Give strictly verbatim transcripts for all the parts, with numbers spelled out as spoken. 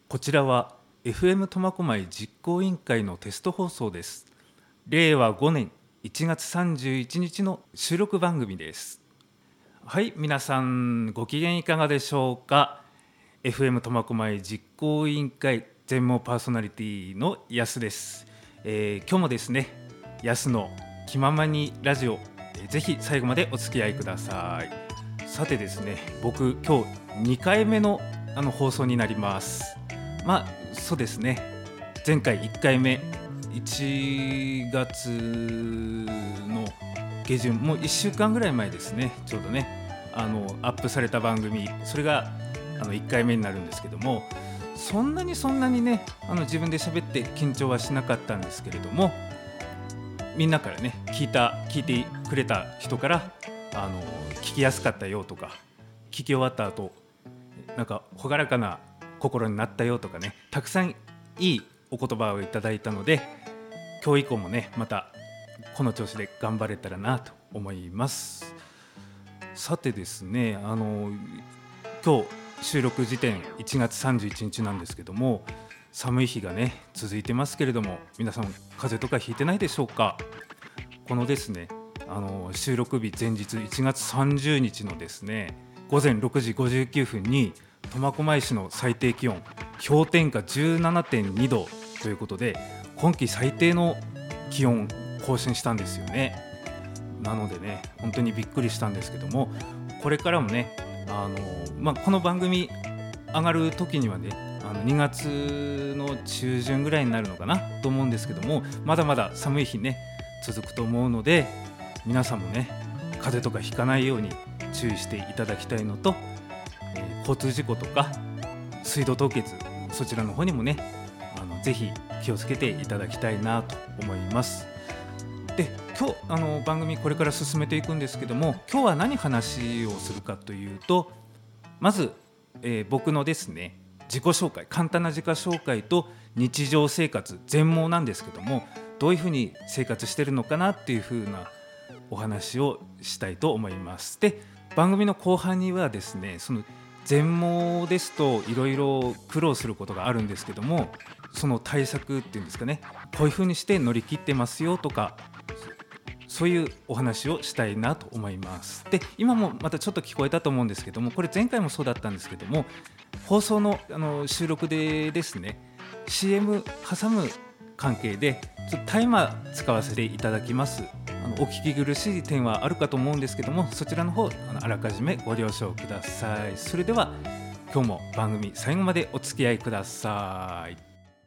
こちらは エフエム 苫小牧実行委員会のテスト放送です。れいわごねんいちがつさんじゅういちにちの収録番組です。はい、皆さんご機嫌いかがでしょうか。 エフエム 苫小牧実行委員会全盲パーソナリティの安です。えー、今日もですね、安の気ままにラジオ、えー、ぜひ最後までお付き合いください。さてですね、僕今日にかいめのあの放送になります。まあそうですね、前回いっかいめいちがつの下旬、もういっしゅうかんぐらい前ですね、ちょうどねあのアップされた番組、それがあのいっかいめになるんですけども、そんなにそんなにねあの自分で喋って緊張はしなかったんですけれども、みんなからね聞いた聞いてくれた人からあの聞きやすかったよとか、聞き終わった後なんか朗らかな心になったよとかね、たくさんいいお言葉をいただいたので、今日以降もねまたこの調子で頑張れたらなと思います。さてですね、あの今日収録時点いちがつさんじゅういちにちなんですけども、寒い日がね続いてますけれども、皆さん風邪とかひいてないでしょうか。このですねあの収録日前日いちがつさんじゅうにちのですねごぜんろくじごじゅうきゅうふんに苫小牧市の最低気温氷点下 じゅうななてんにどということで、今季最低の気温更新したんですよね。なのでね本当にびっくりしたんですけども、これからもねあの、まあ、この番組上がる時にはねあのにがつの中旬ぐらいになるのかなと思うんですけども、まだまだ寒い日ね続くと思うので、皆さんもね風邪とかひかないように注意していただきたいのと、えー、交通事故とか水道凍結、そちらの方にもねあのぜひ気をつけていただきたいなと思います。で、今日あの番組これから進めていくんですけども、今日は何話をするかというと、まず、えー、僕のですね自己紹介、簡単な自己紹介と日常生活、全盲なんですけどもどういうふうに生活してるのかなっていうふうなお話をしたいと思います。で、番組の後半にはですね、その全盲ですといろいろ苦労することがあるんですけども、その対策っていうんですかね、こういうふうにして乗り切ってますよとか、そういうお話をしたいなと思います。で、今もまたちょっと聞こえたと思うんですけども、これ前回もそうだったんですけども、放送 の, あの収録でですね シーエム 挟む関係でちょっとタイマー使わせていただきます。あのお聞き苦しい点はあるかと思うんですけども、そちらの方 あ, のあらかじめご了承ください。それでは今日も番組最後までお付き合いください。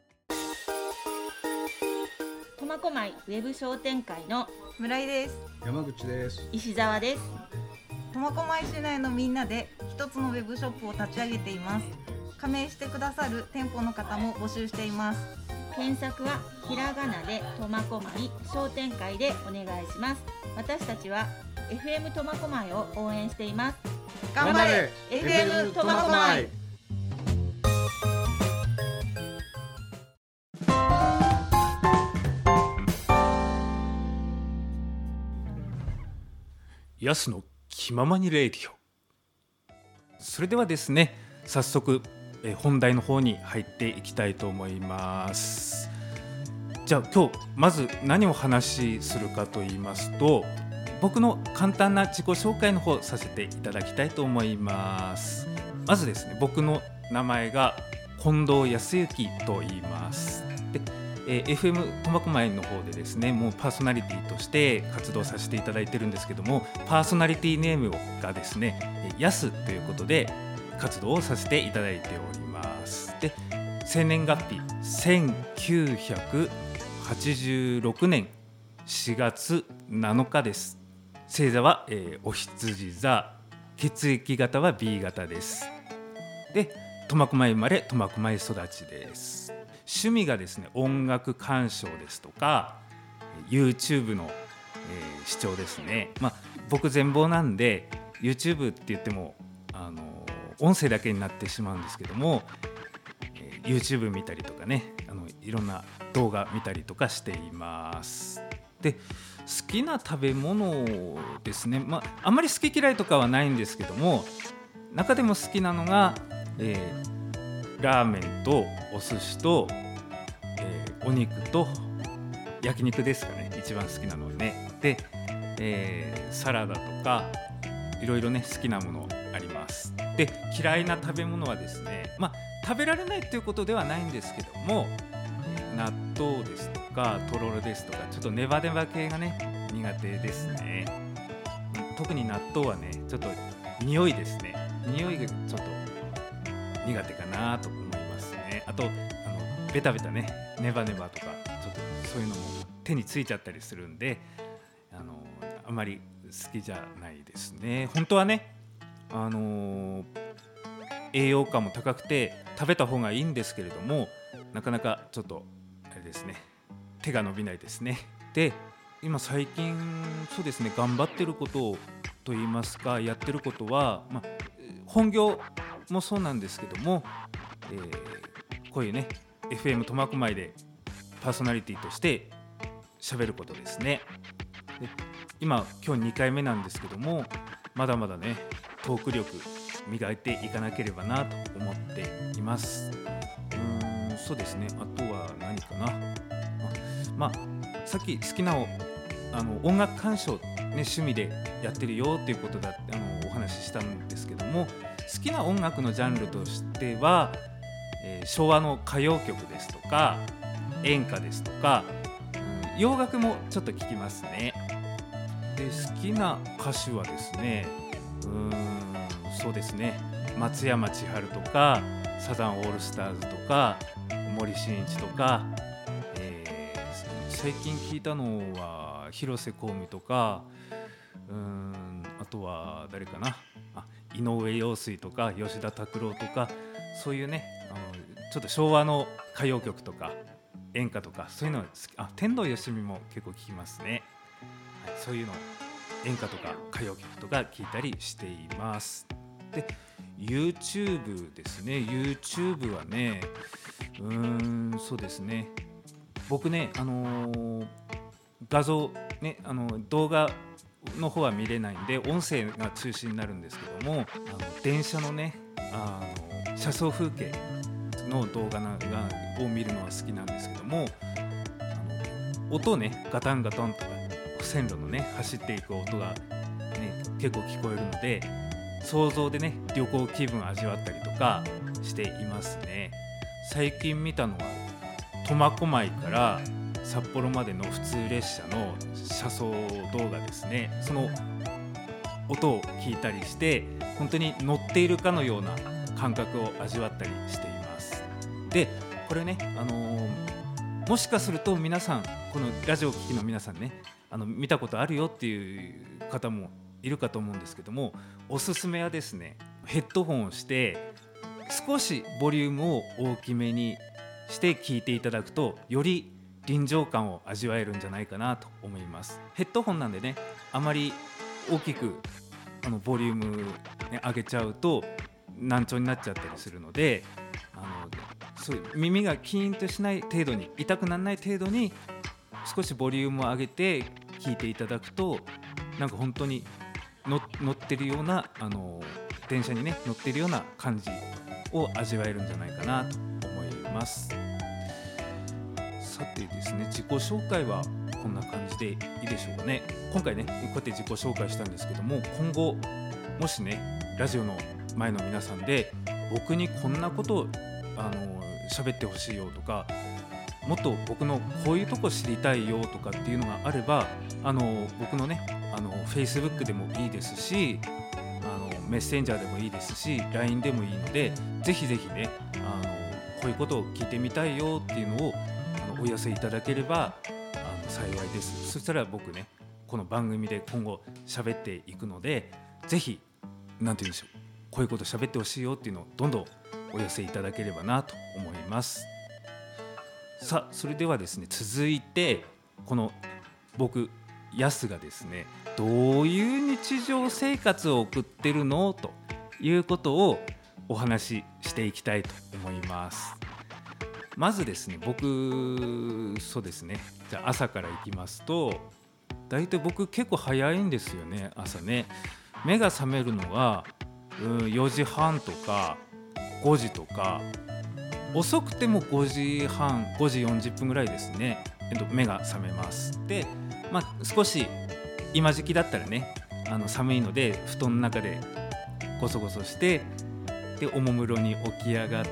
苫小牧ウェブ商店会の村井です。 山口です。 石澤です。 苫小牧市内のみんなで一つのウェブショップを立ち上げています。加盟してくださる店舗の方も募集しています。 検索はひらがなで苫小牧商店会でお願いします。私たちは エフエム 苫小牧を応援しています。 頑張れ エフエム 苫小牧。 ヤスの気ままにレディオ。それではですね、早速え本題の方に入っていきたいと思います。じゃあ今日まず何を話しするかと言いますと、僕の簡単な自己紹介の方させていただきたいと思います。まずですね、僕の名前が近藤康之と言います。でえー、エフエム 苫小牧の方でですね、もうパーソナリティとして活動させていただいてるんですけども、パーソナリティネームがですねやすということで活動をさせていただいております。で、生年月日せんきゅうひゃくはちじゅうろくねんしがつなのかです。星座は、えー、お羊座、血液型は ビー 型です。で、苫小牧生まれ苫小牧育ちです。趣味がですね音楽鑑賞ですとか YouTube の、えー、視聴ですね。まあ、僕全盲なんで YouTube って言ってもあの音声だけになってしまうんですけども、えー、YouTube 見たりとかね、あのいろんな動画見たりとかしています。で、好きな食べ物ですね、まあ、あんまり好き嫌いとかはないんですけども、中でも好きなのが、えーラーメンとお寿司と、えー、お肉と焼肉ですかね、一番好きなのはね。で、えー、サラダとかいろいろね好きなものあります。で、嫌いな食べ物はですね、まあ食べられないということではないんですけども、納豆ですとかとろろですとか、ちょっとネバネバ系がね苦手ですね。特に納豆はねちょっと匂いですね、匂いがちょっと苦手かなと思いますね。あとあのベタベタねネバネバとかちょっとそういうのも手についちゃったりするんで、あのあまり好きじゃないですね。本当はね、あのー、栄養価も高くて食べた方がいいんですけれども、なかなかちょっとあれですね、手が伸びないですね。で、今最近そうですね、頑張ってることといいますか、やってることは、まあ、本業もそうなんですけども、えー、こういうね エフエム 苫小牧でパーソナリティとして喋ることですね。で、今今日にかいめなんですけども、まだまだねトーク力磨いていかなければなと思っています。うーん、そうですね、あとは何かな、まあ、さっき好きなあの音楽鑑賞、ね、趣味でやってるよっていうことだってあのお話ししたんですけども、好きな音楽のジャンルとしては、えー、昭和の歌謡曲ですとか演歌ですとか、うん、洋楽もちょっと聞きますね。で、好きな歌手はですね、うーん、そうですね、松山千春とかサザンオールスターズとか森進一とか、えー、最近聞いたのは広瀬香美とか、うーん、あとは誰かな、あ、井上陽水とか吉田拓郎とか、そういうね、あのちょっと昭和の歌謡曲とか演歌とかそういうの好き。あ、天童よしみも結構聞きますね。はい、そういうの演歌とか歌謡曲とか聞いたりしています。で、 YouTube ですね。 YouTube はね、うーん、そうですね、僕ね、あのー、画像ね、あの動画の方は見れないんで音声が中心になるんですけども、あの電車のね、あの車窓風景の動画ながを見るのは好きなんですけども、あの音をねガタンガタンとか線路のね走っていく音が、ね、結構聞こえるので、想像でね旅行気分を味わったりとかしていますね。最近見たのは苫小牧から札幌までの普通列車の車窓動画ですね。その音を聞いたりして、本当に乗っているかのような感覚を味わったりしています。で、これね、あのー、もしかすると皆さん、このラジオを聴きの皆さんね、あの見たことあるよっていう方もいるかと思うんですけども、おすすめはですね、ヘッドホンをして少しボリュームを大きめにして聞いていただくと、より臨場感を味わえるんじゃないかなと思います。ヘッドホンなんでね、あまり大きくあのボリューム、ね、上げちゃうと難聴になっちゃったりするので、あのそういう耳がキーンとしない程度に、痛くならない程度に少しボリュームを上げて聞いていただくと、なんか本当に乗ってるような、あの電車にね乗ってるような感じを味わえるんじゃないかなと思います。さてですね、自己紹介はこんな感じでいいでしょうかね。今回ねこうやって自己紹介したんですけども、今後もしねラジオの前の皆さんで僕にこんなことをあの喋ってほしいよとか、もっと僕のこういうとこ知りたいよとかっていうのがあれば、あの僕のねあの Facebook でもいいですし、あのメッセンジャーでもいいですし ライン でもいいので、ぜひぜひね、あのこういうことを聞いてみたいよっていうのをあのお寄せいただければあの幸いです。そしたら僕ねこの番組で今後喋っていくので、ぜひなんて言うんでしょう、こういうこと喋ってほしいよっていうのをどんどんお寄せいただければなと思います。さあ、それではですね、続いてこの僕ヤスがですね、どういう日常生活を送ってるのということをお話ししていきたいと思います。まずですね、僕そうですね、じゃあ朝から行きますと、だいたい僕結構早いんですよね。朝ね、目が覚めるのがうんよじはんとかごじとか遅くてもごじはんごじよんじゅっぷんぐらいですね、えっと、目が覚めます。で、まあ、少し今時期だったらねあの寒いので布団の中でゴソゴソしてでおもむろに起き上がって、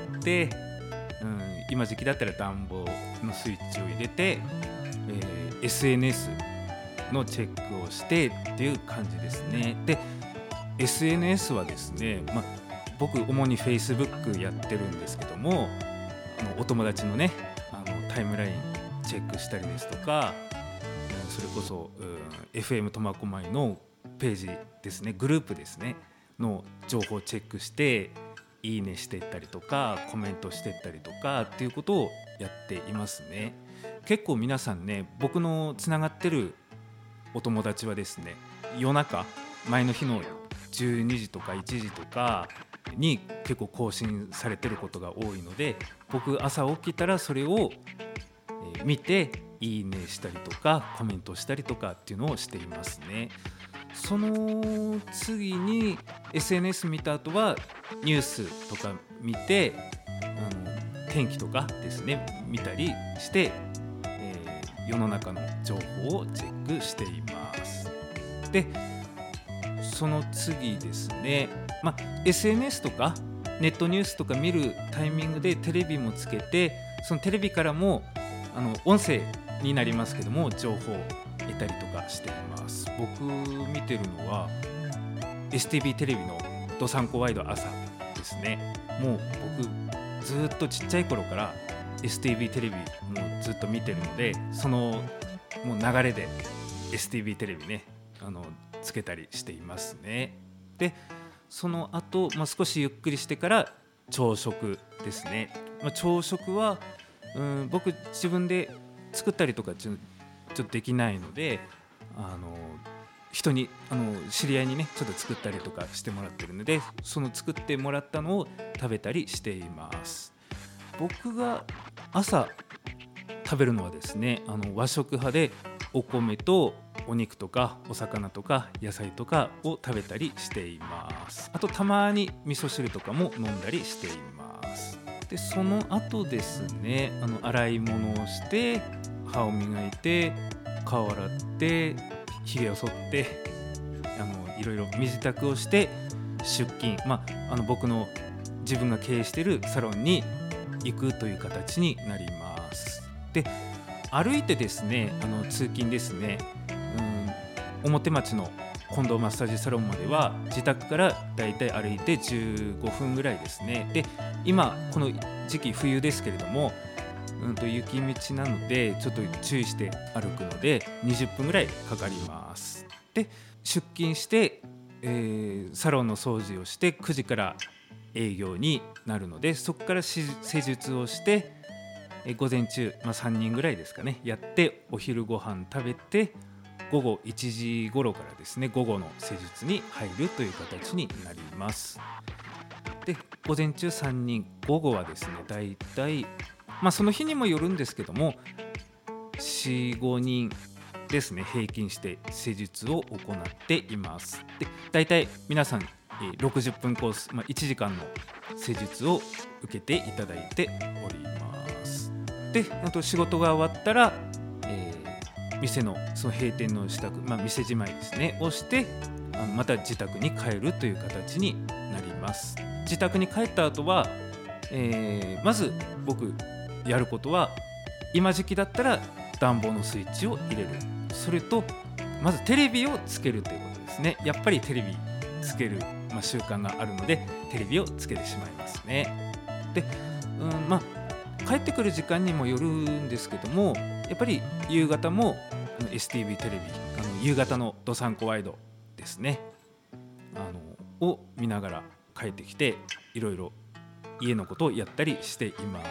うん、今時期だったら暖房のスイッチを入れて、えー、エスエヌエス のチェックをしてっていう感じですね。で エスエヌエス はですね、まあ、僕主に Facebook やってるんですけども、あのお友達のねあのタイムラインチェックしたりですとか、それこそ、うん、エフエム 苫小牧のページですね、グループですねの情報をチェックしていいねしていったりとかコメントしていったりとかっていうことをやっていますね。結構皆さんね、僕のつながってるお友達はですね、夜中前の日のじゅうにじとかいちじとかに結構更新されてることが多いので、僕朝起きたらそれを見ていいねしたりとかコメントしたりとかっていうのをしていますね。その次に エスエヌエス 見た後はニュースとか見て、あの天気とかですね見たりして、えー、世の中の情報をチェックしています。でその次ですね、まあ、エスエヌエス とかネットニュースとか見るタイミングでテレビもつけて、そのテレビからもあの音声になりますけども情報を得たりとかしています。僕見てるのは エスティービー テレビのどさんこワイド朝ですね。もう僕ずっとちっちゃい頃から エスティービー テレビもずっと見てるので、そのもう流れで エスティービー テレビねあのつけたりしていますね。でその後、まあ、少しゆっくりしてから朝食ですね。まあ、朝食はうん僕自分で作ったりとかちょっとできないので、あの人にあの知り合いにねちょっと作ったりとかしてもらってるので、その作ってもらったのを食べたりしています。僕が朝食べるのはですね、あの和食派でお米とお肉とかお魚とか野菜とかを食べたりしています。あとたまに味噌汁とかも飲んだりしています。でその後ですね、あの洗い物をして歯を磨いて顔を洗ってひげを剃ってあのいろいろ身支度をして出勤、まあ、あの僕の自分が経営しているサロンに行くという形になります。で歩いてですねあの通勤ですね、うん表町の近藤マッサージサロンまでは自宅からだいたい歩いてじゅうごふんぐらいですね。で今この時期冬ですけれども、うんと雪道なのでちょっと注意して歩くのでにじゅっぷんぐらいかかります。で出勤して、えー、サロンの掃除をしてくじから営業になるので、そこから施術をして、えー、午前中、まあ、さんにんぐらいですかねやってお昼ご飯食べて午後いちじ頃からですね午後の施術に入るという形になります。で午前中さんにん、午後はですねだいたいまあその日にもよるんですけどもよん、ごにんですね平均して施術を行っています。でだいたい皆さんろくじゅっぷんコース、まあ、いちじかんの施術を受けていただいております。であと仕事が終わったら、えー、店のその閉店の支度、まあ、店じまいですねをしてあのまた自宅に帰るという形になります。自宅に帰った後は、えー、まず僕やることは今時期だったら暖房のスイッチを入れる、それとまずテレビをつけるということですね。やっぱりテレビつける、まあ、習慣があるのでテレビをつけてしまいますね。で、うんまあ、帰ってくる時間にもよるんですけども、やっぱり夕方も エスティービー テレビあの夕方のどさんこワイドですねあのを見ながら帰ってきていろいろ家のことをやったりしています。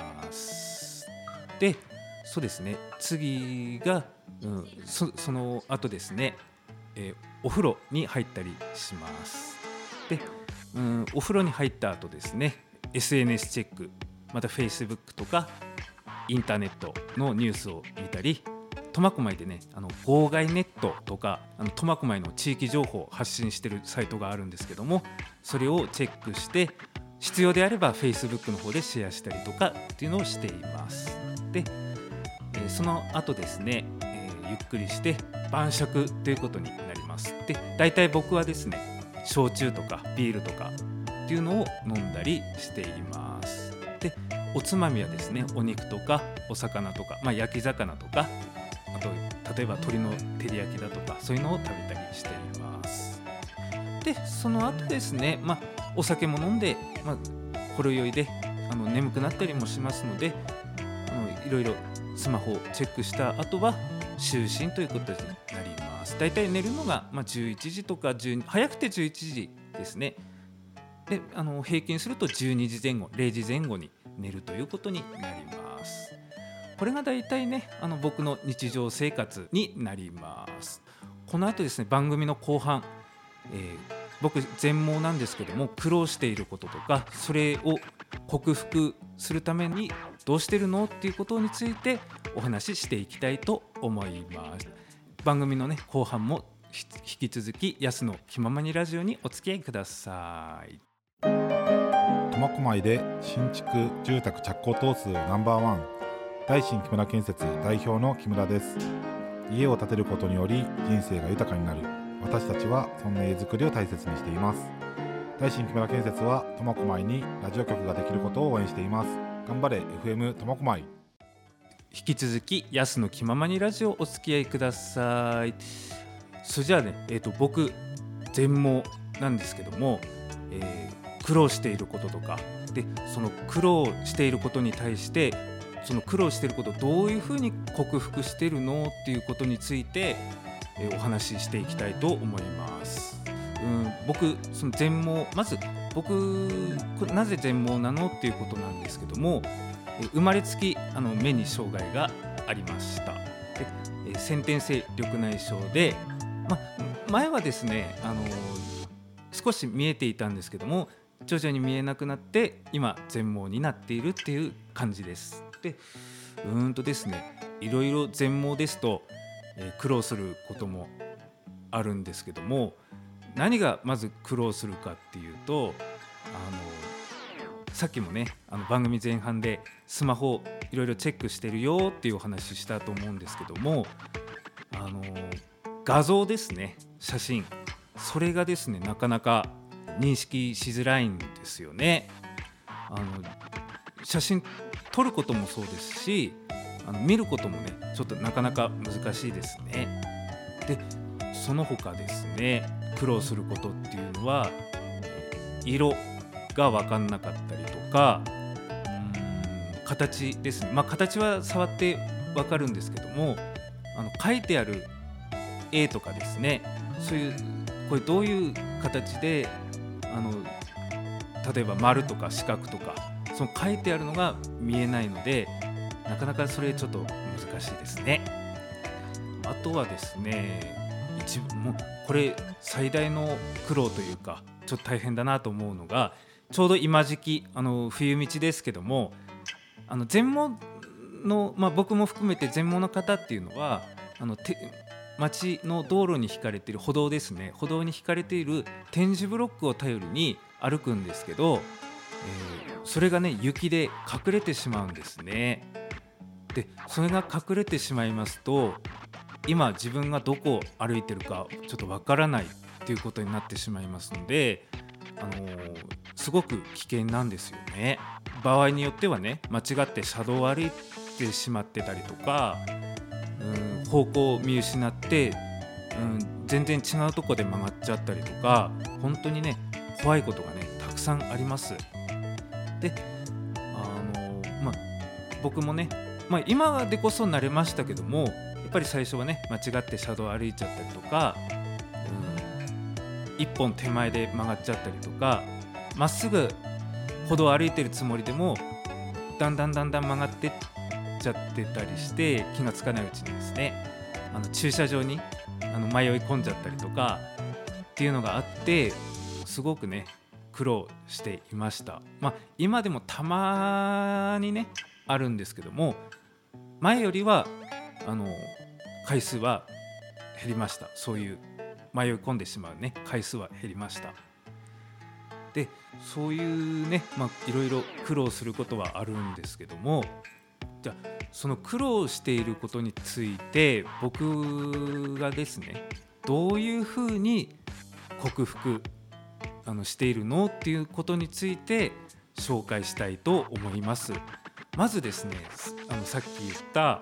でそうですね次が、うん、そ, その後ですね、えー、お風呂に入ったりします。で、うん、お風呂に入った後ですね エスエヌエス チェック、また Facebook とかインターネットのニュースを見たり、苫小牧でねあの号外ネットとかあの苫小牧の地域情報を発信しているサイトがあるんですけども、それをチェックして必要であれば Facebook の方でシェアしたりとかっていうのをしています。で、えーその後ですね、えーゆっくりして晩酌ということになります。で、大体僕はですね焼酎とかビールとかっていうのを飲んだりしています。で、おつまみはですねお肉とかお魚とか、まあ、焼き魚とか、あと例えば鶏の照り焼きだとかそういうのを食べたりしています。で、その後ですね、まあ、お酒も飲んで、まあ、ほろ酔いであの眠くなったりもしますので、あのいろいろスマホをチェックした後は就寝ということになります。だいたい寝るのが、まあ、じゅういちじとかじゅうに、早くてじゅういちじですね。で、あの平均するとじゅうにじぜん後、れいじぜん後に寝るということになります。これがだいたいね、あの僕の日常生活になります。この後ですね、番組の後半、えー僕全盲なんですけども、苦労していることとか、それを克服するためにどうしてるのっていうことについてお話ししていきたいと思います。番組のね後半もひ引き続きやすの気ままにラジオにお付き合いください。 苫小牧で新築住宅着工棟数ナンバーワン、大新木村建設代表の木村です。家を建てることにより人生が豊かになる。私たちはそんな家づくりを大切にしています。大新木村建設は苫小牧にラジオ局ができることを応援しています。頑張れ エフエム 苫小牧。 引き続きやすの気ままにラジオお付き合いください。それじゃあね、えーと僕全盲なんですけども、えー苦労していることとかで、その苦労していることに対してその苦労していることをどういうふうに克服しているのっていうことについて、えーお話ししていきたいと思います。うん、僕その全盲、まず僕なぜ全盲なのっていうことなんですけども、えー生まれつきあの目に障害がありました。で、えー先天性緑内障で、ま、前はですね、あのー少し見えていたんですけども、徐々に見えなくなって今全盲になっているっていう感じです。で、うーんとですね、いろいろ全盲ですと、えー苦労することもあるんですけども、何がまず苦労するかっていうと、あのさっきもね、あの番組前半でスマホいろいろチェックしてるよっていうお話したと思うんですけども、あの画像ですね、写真、それがですねなかなか認識しづらいんですよね。あの写真撮ることもそうですし、あの見ることもねちょっとなかなか難しいですね。で、その他ですね、苦労することっていうのは、色が分かんなかったりとか、うーん形ですね。まあ形は触って分かるんですけども、あの書いてある絵とかですね、そういうこれどういう形で、あの例えば丸とか四角とかその書いてあるのが見えないので、なかなかそれちょっと難しいですね。あとはですね、一部もうこれ最大の苦労というかちょっと大変だなと思うのが、ちょうど今時期、あの冬道ですけども、あの全盲の、まあ、僕も含めて全盲の方っていうのは、あのて街の道路に引かれている歩道ですね、歩道に引かれている点字ブロックを頼りに歩くんですけど、えーそれがね雪で隠れてしまうんですね。で、それが隠れてしまいますと、今自分がどこを歩いてるかちょっとわからないっていうことになってしまいますので、あのーすごく危険なんですよね。場合によってはね、間違って車道を歩いてしまってたりとか、うん方向を見失って、うん、全然違うとこで曲がっちゃったりとか、本当にね怖いことがねたくさんあります。で、あのーまあ、僕もね、まあ、今でこそ慣れましたけども、やっぱり最初はね間違って車道を歩いちゃったりとか、うん、一本手前で曲がっちゃったりとか、まっすぐ歩道を歩いてるつもりでもだんだんだんだん曲がってっちゃってたりして、気がつかないうちにですね、あの駐車場にあの迷い込んじゃったりとかっていうのがあって、すごくね苦労していました。まあ今でもたまにねあるんですけども、前よりはあの回数は減りました。そういう迷い込んでしまうね回数は減りました。で、 そういうね、まあ、いろいろ苦労することはあるんですけども、じゃあその苦労していることについて僕がですねどういうふうに克服あのしているのっていうことについて紹介したいと思います。まずですね、あのさっき言った、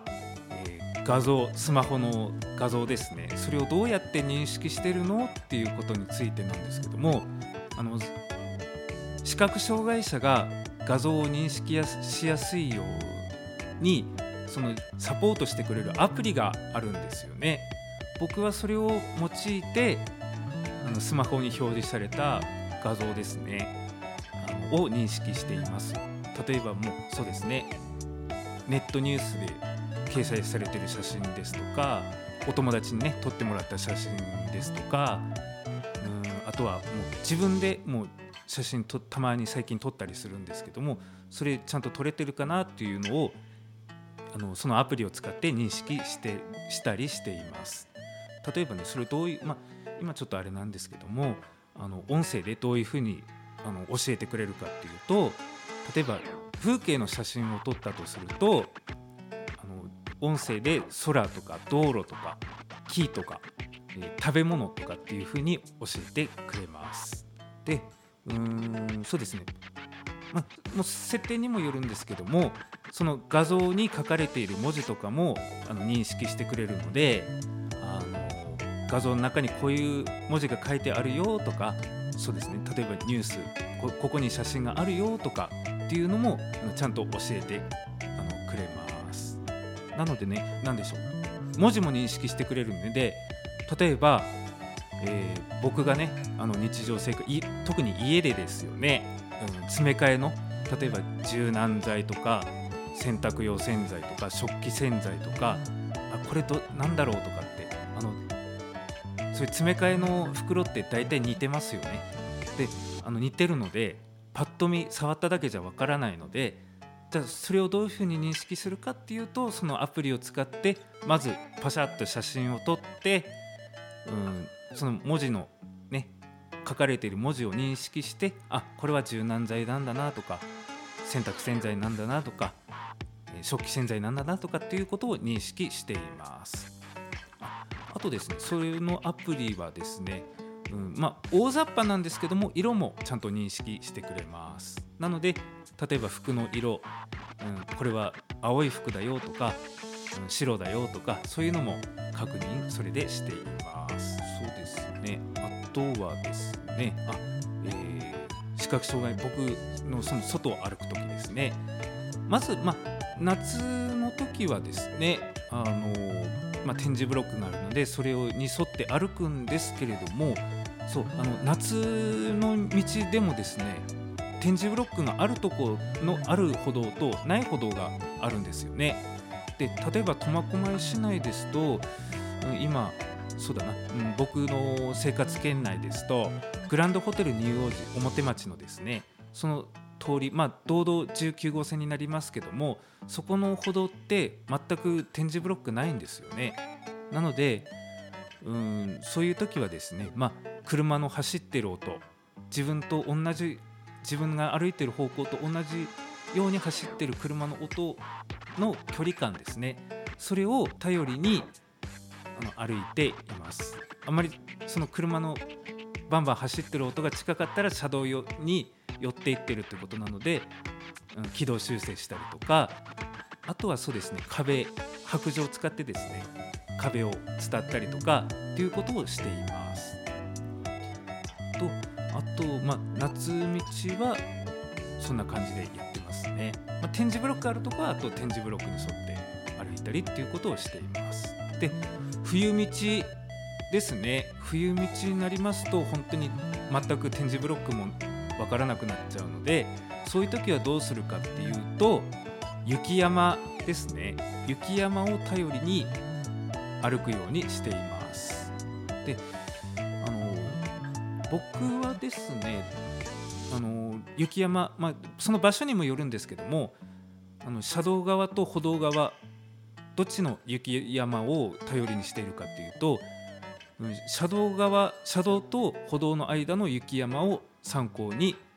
えー画像、スマホの画像ですね、それをどうやって認識しているのっていうことについてなんですけども、あの視覚障害者が画像を認識やしやすいようにそのサポートしてくれるアプリがあるんですよね。僕はそれを用いてあのスマホに表示された画像ですねあのを認識しています。例えばもうそうですね、ネットニュースで掲載されている写真ですとか、お友達にね撮ってもらった写真ですとか、うーんあとはもう自分でもう写真とたまに最近撮ったりするんですけども、それちゃんと撮れてるかなっていうのをあのそのアプリを使って認識してしたりしています。例えばね、それどういう、まあ、今ちょっとあれなんですけども、あの音声でどういうふうにあの教えてくれるかっていうと、例えば風景の写真を撮ったとすると、あの音声で空とか道路とか木とか、えー食べ物とかっていうふうに教えてくれます。で、うーんそうですね、まあ、もう設定にもよるんですけども、その画像に書かれている文字とかもあの認識してくれるので、あの画像の中にこういう文字が書いてあるよとか、そうですね、例えばニュース こ, ここに写真があるよとかっていうのもあのちゃんと教えてあのくれます。なのでね、なんでしょう、文字も認識してくれるので、例えば、えー僕がねあの日常生活い特に家でですよね、うん、詰め替えの例えば柔軟剤とか洗濯用洗剤とか食器洗剤とか、あこれどなんだろうとかって、あのそういう詰め替えの袋って大体似てますよね。であの似てるのでパッと見触っただけじゃわからないので、じゃあそれをどういうふうに認識するかっていうと、そのアプリを使ってまずパシャッと写真を撮って、うん、その文字のね書かれている文字を認識して、あこれは柔軟剤なんだなとか洗濯洗剤なんだなとか食器洗剤なんだなとかっていうことを認識しています。 あ, あとですね、それのアプリはですね、うんまあ、大雑把なんですけども色もちゃんと認識してくれます。なので例えば服の色、うん、これは青い服だよとか、うん、白だよとか、そういうのも確認それでしています。そうですね、あとはですね、あ、えー視覚障害、僕のその外を歩くときですね、まず、まあ、夏の時はですね、あのまあ、点字ブロックがあるのでそれをに沿って歩くんですけれども、そうあの夏の道でもですね、点字ブロックがあるところのある歩道とない歩道があるんですよね。で例えば苫小牧市内ですと、うん今そうだな、うん、僕の生活圏内ですとグランドホテルニューオージー表町のですね、その通り、まあ道道じゅうきゅう号線になりますけども、そこの歩道って全く点字ブロックないんですよね。なのでうーんそういう時はですね、まあ車の走ってる音、自分と同じ自分が歩いてる方向と同じように走ってる車の音の距離感ですね、それを頼りにあの歩いています。あんまりその車のバンバン走ってる音が近かったら車道に寄っていってるってことなので、うん、軌道修正したりとか、あとはそうですね、壁白杖を使ってですね壁を伝ったりとかっていうことをしています。とあと、まあ、夏道はそんな感じでやってますね。まあ、点字ブロックあるとこはあと点字ブロックに沿って歩いたりっていうことをしています。で冬道ですね、冬道になりますと本当に全く点字ブロックもわからなくなっちゃうので、そういう時はどうするかっていうと、雪山ですね、雪山を頼りに歩くようにしています。であの僕はですね、あの雪山、まあ、その場所にもよるんですけども、あの車道側と歩道側どっちの雪山を頼りにしているかっていうと、車道側車道と歩道の間の雪山を参考に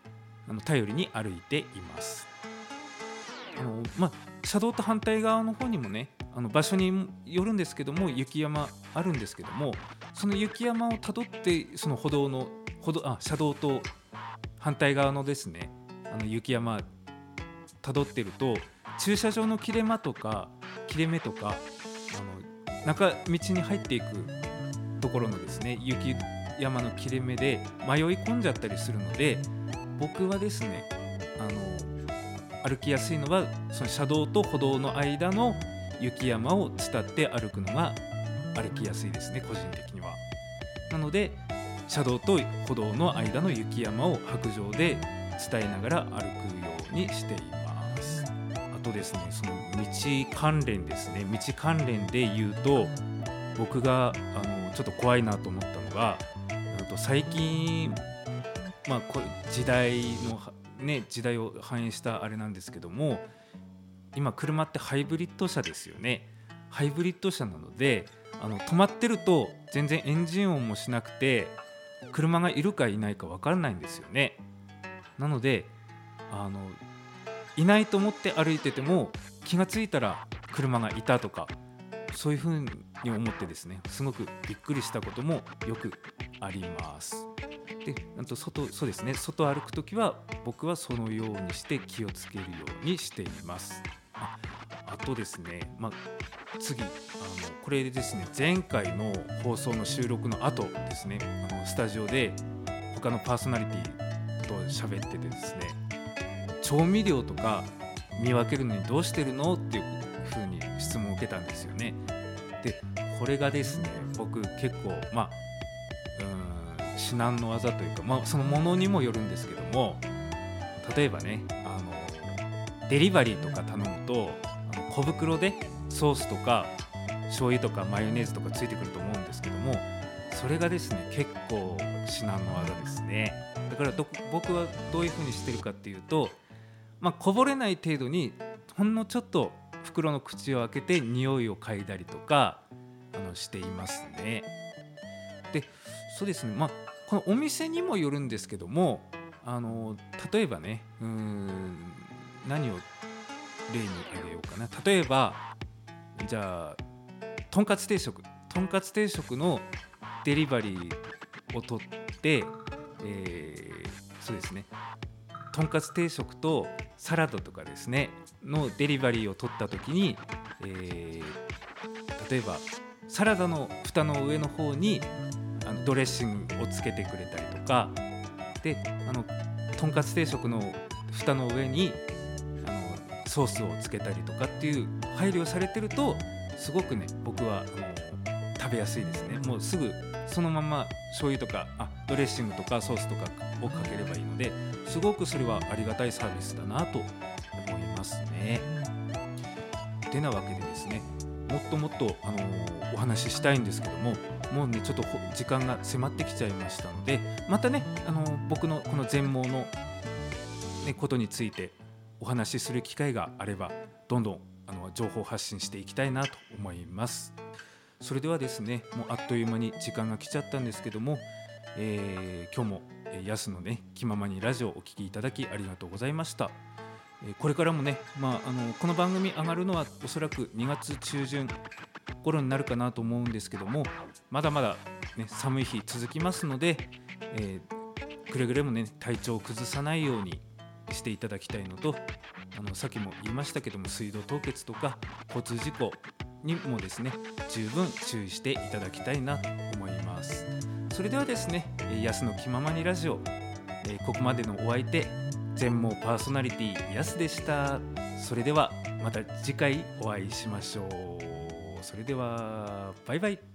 あの頼りに歩いています。あの、まあ、車道と反対側の方にもね、あの場所によるんですけども雪山あるんですけども、その雪山をたどってその歩道の歩道あ車道と反対側のですね、あの雪山たどってると、駐車場の切れ間とか切れ目とか、あの中道に入っていくところのですね、雪山の切れ目で迷い込んじゃったりするので、僕はですね、あの歩きやすいのはその車道と歩道の間の雪山を伝って歩くのが歩きやすいですね、個人的には。なので車道と歩道の間の雪山を白状で伝えながら歩くようにしています。あとですね、その道関連ですね、道関連で言うと、僕があのちょっと怖いなと思ったのが、あと最近、まあ、こ時代の、ね、時代を反映したあれなんですけども、今車ってハイブリッド車ですよね。ハイブリッド車なので、あの止まってると全然エンジン音もしなくて、車がいるかいないか分からないんですよね。なのであのいないと思って歩いてても気がついたら車がいたとか、そういう風に思ってですね、すごくびっくりしたこともよくあります。で、あと外、そうですね、外を歩くときは僕はそのようにして気をつけるようにしています。あ, あとですね、まあ、次あのこれですね、前回の放送の収録の後ですね、あのスタジオで他のパーソナリティと喋っててですね、調味料とか見分けるのにどうしてるのっていう風に質問を受けたんですよね。で、これがですね、僕結構まあうーん至難の技というか、まあ、そのものにもよるんですけども、例えばね、あのデリバリーとか頼むと、あの小袋でソースとか醤油とかマヨネーズとかついてくると思うんですけども、それがですね結構至難の技ですね。だからど僕はどういう風にしてるかっていうと、まあ、こぼれない程度にほんのちょっと袋の口を開けて匂いを嗅いだりとかあのしていますね。で、そうですね、まあ、このお店にもよるんですけども、あの例えばね、うーん何を例に挙げようかな。例えばじゃあとんかつ定食とんかつ定食のデリバリーを取って、えー、そうですね、とんかつ定食とサラダとかですねのデリバリーを取った時に、えー、例えばサラダの蓋の上の方にあのドレッシングをつけてくれたりとかで、あのとんかつ定食の蓋の上にあのソースをつけたりとかっていう配慮されてると、すごくね僕はあの食べやすいですね。もうすぐそのまま醤油とかあドレッシングとかソースとかをかければいいので、すごくそれはありがたいサービスだなと思いますね。てなわけでですね、もっともっと、あのー、お話ししたいんですけども、もうねちょっと時間が迫ってきちゃいましたので、またね、あのー、僕のこの全盲の、ね、ことについてお話しする機会があれば、どんどんあの情報発信していきたいなと思います。それではですね、もうあっという間に時間が来ちゃったんですけども、えー、今日もやすのね気ままにラジオをお聞きいただきありがとうございました。えー、これからもね、まあ、あのこの番組上がるのはおそらくにがつちゅうじゅん頃になるかなと思うんですけども、まだまだ、ね、寒い日続きますので、えー、くれぐれもね体調を崩さないようにしていただきたいのと、あのさっきも言いましたけども、水道凍結とか交通事故にもですね十分注意していただきたいなと思います。それではですね、やすの気ままにラジオ、えー、ここまでのお相手全盲パーソナリティやすでした。それではまた次回お会いしましょう。それではバイバイ。